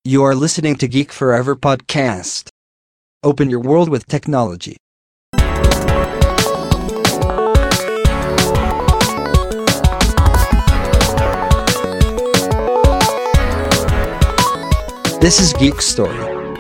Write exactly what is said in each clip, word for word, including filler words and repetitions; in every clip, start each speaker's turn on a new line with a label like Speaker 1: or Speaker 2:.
Speaker 1: You are listening to Geek Forever Podcast. Open your world with technology. This is Geek Story.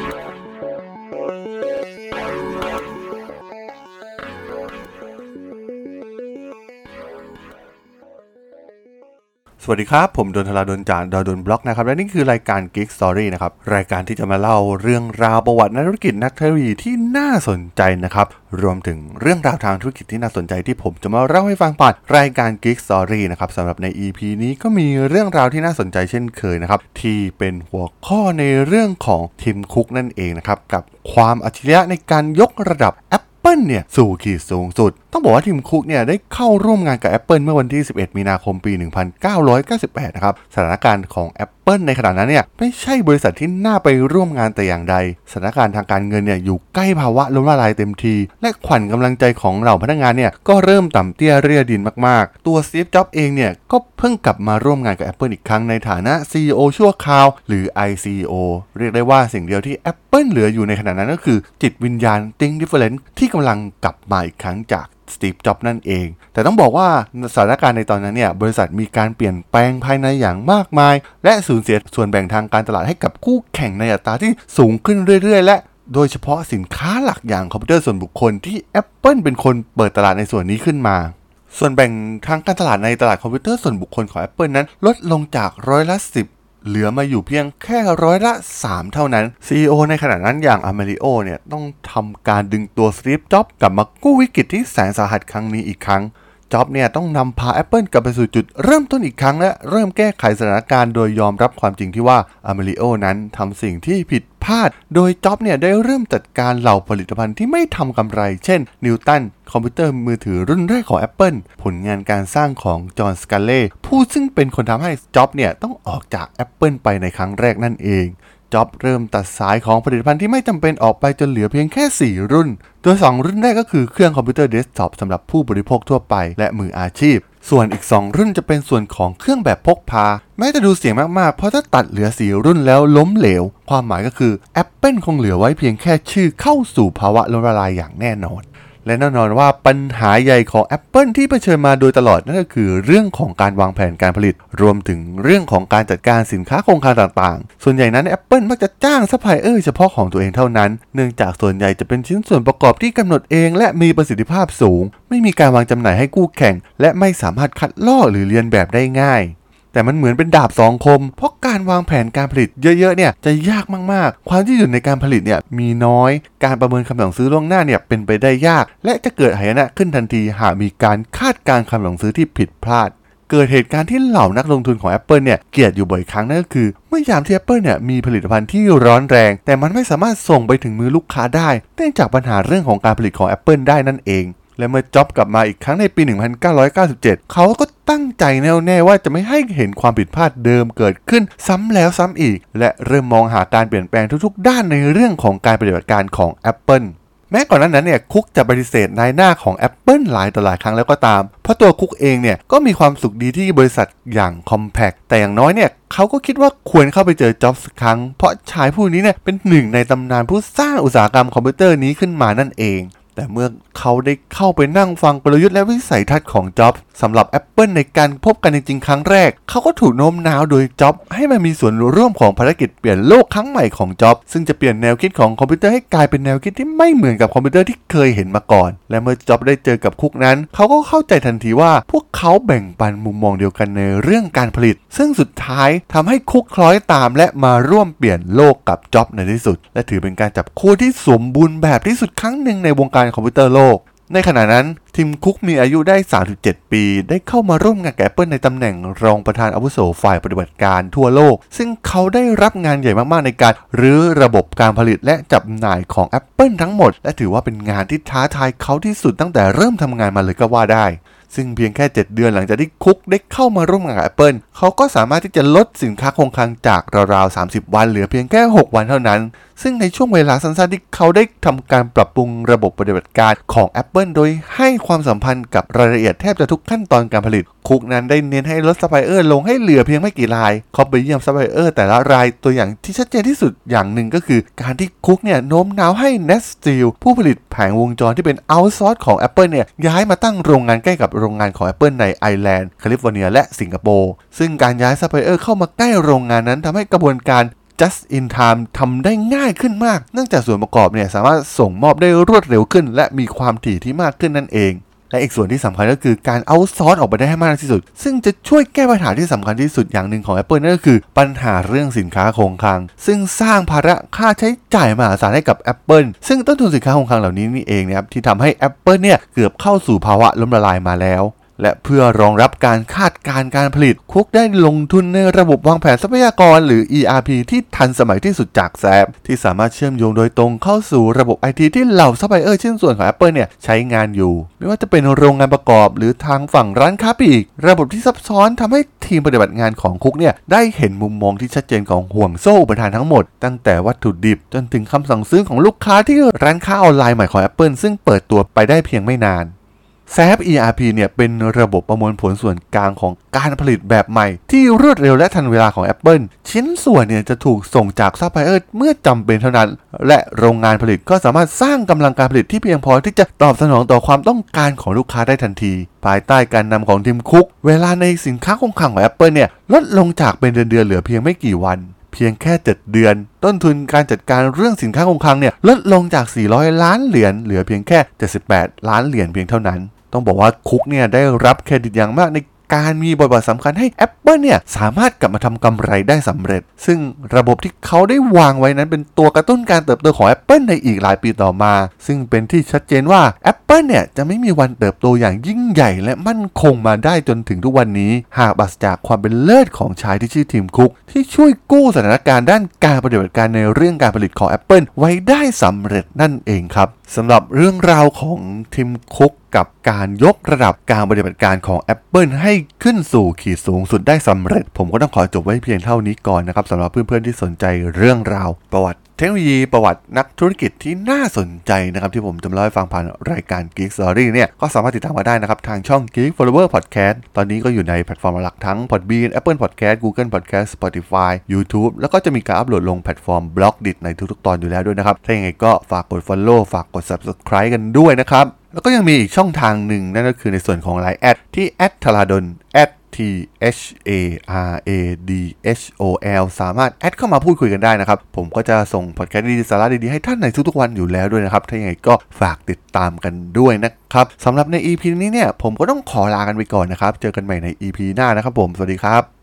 Speaker 2: สวัสดีครับผมดนทราดนจากดาวดนบล็อกนะครับและนี่คือรายการ Geek Story นะครับรายการที่จะมาเล่าเรื่องราวประวัตินักธุรกิจนักเทคโนโลยีที่น่าสนใจนะครับรวมถึงเรื่องราวทางธุรกิจที่น่าสนใจที่ผมจะมาเล่าให้ฟังผ่านรายการ Geek Story นะครับสำหรับใน อี พี นี้ก็มีเรื่องราวที่น่าสนใจเช่นเคยนะครับที่เป็นหัวข้อในเรื่องของทีมคุกนั่นเองนะครับกับความอัจฉริยะในการยกระดับแอปApple เนี่ยสู่ขีดสูงสุดต้องบอกว่าทีมคุกเนี่ยได้เข้าร่วมงานกับ Apple เมื่อวันที่สิบเอ็ดมีนาคมปีหนึ่งพันเก้าร้อยเก้าสิบแปดนะครับสถานการณ์ของ Apple ในขณะนั้นเนี่ยไม่ใช่บริษัทที่น่าไปร่วมงานแต่อย่างใดสถานการณ์ทางการเงินเนี่ยอยู่ใกล้ภาวะล้มละลายเต็มทีและขวัญกำลังใจของเหล่าพนักงานเนี่ยก็เริ่มต่ำเตี้ยเรียดินมากๆตัว Steve Jobs เองเนี่ยก็เพิ่งกลับมาร่วมงานกับ Apple อีกครั้งในฐานะ ซี อี โอ ชั่วคราวหรือ ไอ ซี อี โอ เรียกได้ว่าสิ่งเดียวที่ Apple เหลืออยู่ในขณะนั้นก็คือจิตวิญญาณ Think Different ที่กำลังกลับมาอีกครั้งจากสตีฟ จ็อบส์นั่นเองแต่ต้องบอกว่าสถานการณ์ในตอนนั้นเนี่ยบริษัทมีการเปลี่ยนแปลงภายในอย่างมากมายและสูญเสียส่วนแบ่งทางการตลาดให้กับคู่แข่งในอัตราที่สูงขึ้นเรื่อยๆและโดยเฉพาะสินค้าหลักอย่างคอมพิวเตอร์ส่วนบุคคลที่ Apple เป็นคนเปิดตลาดในส่วนนี้ขึ้นมาส่วนแบ่งทางการตลาดในตลาดคอมพิวเตอร์ส่วนบุคคลของ Apple นั้นลดลงจากร้อยละสิบเหลือมาอยู่เพียงแค่ร้อยละสามเท่านั้น ซี อี โอ ในขณะนั้นอย่างอเมริโอเนี่ยต้องทำการดึงตัวสตีฟ จ็อบส์กลับมากู้วิกฤตที่แสนสาหัสครั้งนี้อีกครั้งจ็อบส์เนี่ยต้องนำพา Apple กลับไปสู่จุดเริ่มต้นอีกครั้งและเริ่มแก้ไขสถานการณ์โดยยอมรับความจริงที่ว่าอเมริโอนั้นทำสิ่งที่ผิดพลาดโดยจ็อบส์เนี่ยได้เริ่มจัดการเหล่าผลิตภัณฑ์ที่ไม่ทำกำไรเช่นนิวตันคอมพิวเตอร์มือถือรุ่นแรกของ Apple ผลงานการสร้างของจอห์น สกาเล่ผู้ซึ่งเป็นคนทำให้จ็อบส์เนี่ยต้องออกจาก Apple ไปในครั้งแรกนั่นเองจ็อบส์เริ่มตัดสายของผลิตภัณฑ์ที่ไม่จำเป็นออกไปจนเหลือเพียงแค่สี่รุ่นโดยสองรุ่นแรกก็คือเครื่องคอมพิวเตอร์เดสก์ท็อปสำหรับผู้บริโภคทั่วไปและมืออาชีพส่วนอีกสองรุ่นจะเป็นส่วนของเครื่องแบบพกพาแม้จะดูเสียงมากๆเพราะถ้าตัดเหลือสี่รุ่นแล้วล้มเหลวความหมายก็คือ Apple คงเหลือไว้เพียงแค่ชื่อเข้าสู่ภาวะล้มละลายอย่างแน่นอนและแน่นอนว่าปัญหาใหญ่ของ Apple ที่เผชิญมาโดยตลอดนั่นก็คือเรื่องของการวางแผนการผลิตรวมถึงเรื่องของการจัดการสินค้าโครงการต่างๆส่วนใหญ่นั้น Apple มักจะจ้างซัพพลายเออร์เฉพาะของตัวเองเท่านั้นเนื่องจากส่วนใหญ่จะเป็นชิ้นส่วนประกอบที่กำหนดเองและมีประสิทธิภาพสูงไม่มีการวางจำหน่ายให้คู่แข่งและไม่สามารถคัดลอกหรือเลียนแบบได้ง่ายแต่มันเหมือนเป็นดาบสองคมเพราะการวางแผนการผลิตเยอะๆเนี่ยจะยากมากๆความที่อยู่ในการผลิตเนี่ยมีน้อยการประเมินคำสั่งซื้อล่วงหน้าเนี่ยเป็นไปได้ยากและจะเกิดหายนะขึ้นทันทีหากมีการคาดการณ์คำสั่งซื้อที่ผิดพลาดเกิดเหตุการณ์ที่เหล่านักลงทุนของ Apple เนี่ยเกลียดอยู่บ่อยครั้งนั่นก็คือเมื่อยามที่ Apple เนี่ยมีผลิตภัณฑ์ที่ร้อนแรงแต่มันไม่สามารถส่งไปถึงมือลูกค้าได้เนื่องจากปัญหาเรื่องของการผลิตของ Apple ได้นั่นเองและเมื่อจ็อบส์กลับมาอีกครั้งในปีหนึ่งพันเก้าร้อยเก้าสิบเจ็ดเขาก็ตั้งใจแน่วแน่ว่าจะไม่ให้เห็นความผิดพลาดเดิมเกิดขึ้นซ้ำแล้วซ้ำอีกและเริ่มมองหาการเปลี่ยนแปลงทุกๆด้านในเรื่องของการปฏิบัติการของ Apple แม้ก่อนหน้านั้นเนี่ยคุกจะปฏิเสธนายหน้าของ Apple หลายต่อหลายครั้งแล้วก็ตามเพราะตัวคุกเองเนี่ยก็มีความสุขดีที่บริษัทอย่าง Compaq แต่อย่างน้อยเนี่ยเขาก็คิดว่าควรเข้าไปเจอจ็อบส์สักครั้งเพราะชายผู้นี้เนี่ยเป็นหนึ่งในตำนานผู้สร้างอุตสาหกรรมคอมพิวเตอร์นี้ขึ้นมานั่นเองแต่เมื่อเขาได้เข้าไปนั่งฟังกลยุทธ์และวิสัยทัศน์ของจ็อบส์สำหรับ Apple ในการพบกันจริงๆครั้งแรกเขาก็ถูกโน้มน้าวโดยจ็อบส์ให้มามีส่วนร่วมของภารกิจเปลี่ยนโลกครั้งใหม่ของจ็อบส์ซึ่งจะเปลี่ยนแนวคิดของคอมพิวเตอร์ให้กลายเป็นแนวคิดที่ไม่เหมือนกับคอมพิวเตอร์ที่เคยเห็นมาก่อนและเมื่อจ็อบส์ได้เจอกับคุกนั้นเขาก็เข้าใจทันทีว่าพวกเขาแบ่งปันมุมมองเดียวกันในเรื่องการผลิตซึ่งสุดท้ายทำให้คุกคล้อยตามและมาร่วมเปลี่ยนโลกกับจ็อบส์ในที่สุดและถือเป็นการจับคู่ที่สมบูรณ์แบบที่สุดครั้งหนึ่งในวงการคอมพิวเตอร์โลกในขณะนั้นทีมคุกมีอายุได้สามสิบเจ็ดปีได้เข้ามาร่วมงานกับ Apple ในตำแหน่งรองประธานอาวุโสฝ่ายปฏิบัติการทั่วโลกซึ่งเขาได้รับงานใหญ่มากๆในการรื้อระบบการผลิตและจำหน่ายของ Apple ทั้งหมดและถือว่าเป็นงานที่ท้าทายเขาที่สุดตั้งแต่เริ่มทำงานมาเลยก็ว่าได้ซึ่งเพียงแค่เจ็ดเดือนหลังจากที่คุกได้เข้ามาร่วมงานกับ Apple เขาก็สามารถที่จะลดสินค้าคงคลังจากราวๆสามสิบวันเหลือเพียงแค่หกวันเท่านั้นซึ่งในช่วงเวลาสั้นๆที่เขาได้ทำการปรับปรุงระบบปฏิบัติการของ Apple โดยให้ความสัมพันธ์กับรายละเอียดแทบจะทุกขั้นตอนการผลิตคุกนั้นได้เน้นให้ลดซัพพลายเออร์ลงให้เหลือเพียงไม่กี่รายเขาไปเยี่ยมซัพพลายเออร์แต่ละรายตัวอย่างที่ชัดเจนที่สุดอย่างหนึ่งก็คือการที่คุกเนี่ยโน้มน้าวให้ Net Steel ผู้ผลิตแผงวงจรที่เป็นเอาท์ซอร์สของ Apple เนี่ยย้ายมาตั้งโรงงานใกล้กับโรงงานของ Apple ในไอร์แลนด์แคลิฟอร์เนียและสิงคโปร์ซึ่งการย้ายซัพพลายเออร์เข้ามาใกล้โรงงานนั้นทำให้กระบวนการ just in time ทำได้ง่ายขึ้นมากเนื่องจากส่วนประกอบเนี่ยสามารถส่งมอบได้รวดเร็วขึ้นและมีความถี่ที่มากขึ้นนั่นเองและอีกส่วนที่สำคัญก็คือการเอาท์ซอร์สออกไปได้ให้มากที่สุดซึ่งจะช่วยแก้ปัญหาที่สำคัญที่สุดอย่างหนึ่งของ Apple นั่นก็คือปัญหาเรื่องสินค้าคงคลังซึ่งสร้างภาระค่าใช้จ่ายมหาศาลให้กับ Apple ซึ่งต้นทุนสินค้าคงคลังเหล่านี้นี่เองนะครับที่ทำให้ Apple เนี่ยเกือบเข้าสู่ภาวะล้มละลายมาแล้วและเพื่อรองรับการคาดการณ์การผลิตคุกได้ลงทุนในระบบวางแผนทรัพยากรหรือ อี อาร์ พี ที่ทันสมัยที่สุดจากแซมที่สามารถเชื่อมโยงโดยตรงเข้าสู่ระบบ ไอ ที ที่เหล่าซัพพลายเออร์ชิ้นส่วนของ Apple เนี่ยใช้งานอยู่ไม่ว่าจะเป็นโรงงานประกอบหรือทางฝั่งร้านค้าปลีกระบบที่ซับซ้อนทำให้ทีมปฏิบัติงานของคุกเนี่ยได้เห็นมุมมองที่ชัดเจนของห่วงโซ่อุปทานทั้งหมดตั้งแต่วัตถุดิบจนถึงคำสั่งซื้อของลูกค้าที่ร้านค้าออนไลน์ใหม่ของ Apple ซึ่งเปิดตัวไปได้เพียงไม่นานแซป อี อาร์ พี เนี่ยเป็นระบบประมวลผลส่วนกลางของการผลิตแบบใหม่ที่รวดเร็วและทันเวลาของ Apple ชิ้นส่วนเนี่ยจะถูกส่งจากซัพพลายเออร์เมื่อจำเป็นเท่านั้นและโรงงานผลิตก็สามารถสร้างกำลังการผลิตที่เพียงพอที่จะตอบสนองต่อความต้องการของลูกค้าได้ทันทีภายใต้การนำของทีมคุกเวลาในสินค้าคงคลังของ Apple เนี่ยลดลงจากเป็นเดือนๆเหลือเพียงไม่กี่วันเพียงแค่เจ็ดเดือนต้นทุนการจัดการเรื่องสินค้าคงคลังเนี่ยลดลงจากสี่ร้อยล้านเหรียญเหลือเพียงแค่เจ็ดสิบแปดล้านเหรียญเพียงเท่านั้นต้องบอกว่าคุกเนี่ยได้รับเครดิตอย่างมากในการมีบทบาทสำคัญให้ Apple เนี่ยสามารถกลับมาทำกำไรได้สำเร็จซึ่งระบบที่เขาได้วางไว้นั้นเป็นตัวกระตุ้นการเติบโตของ Apple ในอีกหลายปีต่อมาซึ่งเป็นที่ชัดเจนว่า Apple เนี่ยจะไม่มีวันเติบโตอย่างยิ่งใหญ่และมั่นคงมาได้จนถึงทุกวันนี้หากปราศจากความเป็นเลิศของชายที่ชื่อทีมคุกที่ช่วยกู้สถานการณ์ด้านการปฏิบัติการในเรื่องการผลิตของ Apple ไว้ได้สำเร็จนั่นเองครับสำหรับเรื่องราวของทีมคุกกับการยกระดับการปฏิบัติการของ Apple ให้ขึ้นสู่ขีดสูงสุดได้สำเร็จผมก็ต้องขอจบไว้เพียงเท่านี้ก่อนนะครับสำหรับเพื่อนๆที่สนใจเรื่องราวประวัติเทคโนโลยีประวัตินักธุรกิจที่น่าสนใจนะครับที่ผมจะมาเล่าให้ฟังผ่านรายการ Geek Story เนี่ยก็สามารถติดตามมาได้นะครับทางช่อง Geek Flower Podcast ตอนนี้ก็อยู่ในแพลตฟอร์มหลักทั้ง Podbean Apple Podcast Google Podcast Spotify YouTube แล้วก็จะมีการอัปโหลดลงแพลตฟอร์ม Blogdit ในทุกๆตอนอยู่แล้วด้วยนะครับถ้าอย่างไรก็ฝากกด Follow ฝากกด Subscribe กันด้วยนะครับแล้วก็ยังมีอีกช่องทางหนึ่งนั่นก็คือในส่วนของ ไลน์ แอดที่ แอท ธาราดล แอท ที เอช เอ อาร์ เอ ดี เอช โอ แอล สามารถแอดเข้ามาพูดคุยกันได้นะครับผมก็จะส่งพอดแคสต์ดีๆสาระดีๆให้ท่านในทุกๆวันอยู่แล้วด้วยนะครับถ้าอย่างไรก็ฝากติดตามกันด้วยนะครับสำหรับใน อี พี นี้เนี่ยผมก็ต้องขอลากันไปก่อนนะครับเจอกันใหม่ใน อี พี หน้านะครับผมสวัสดีครับ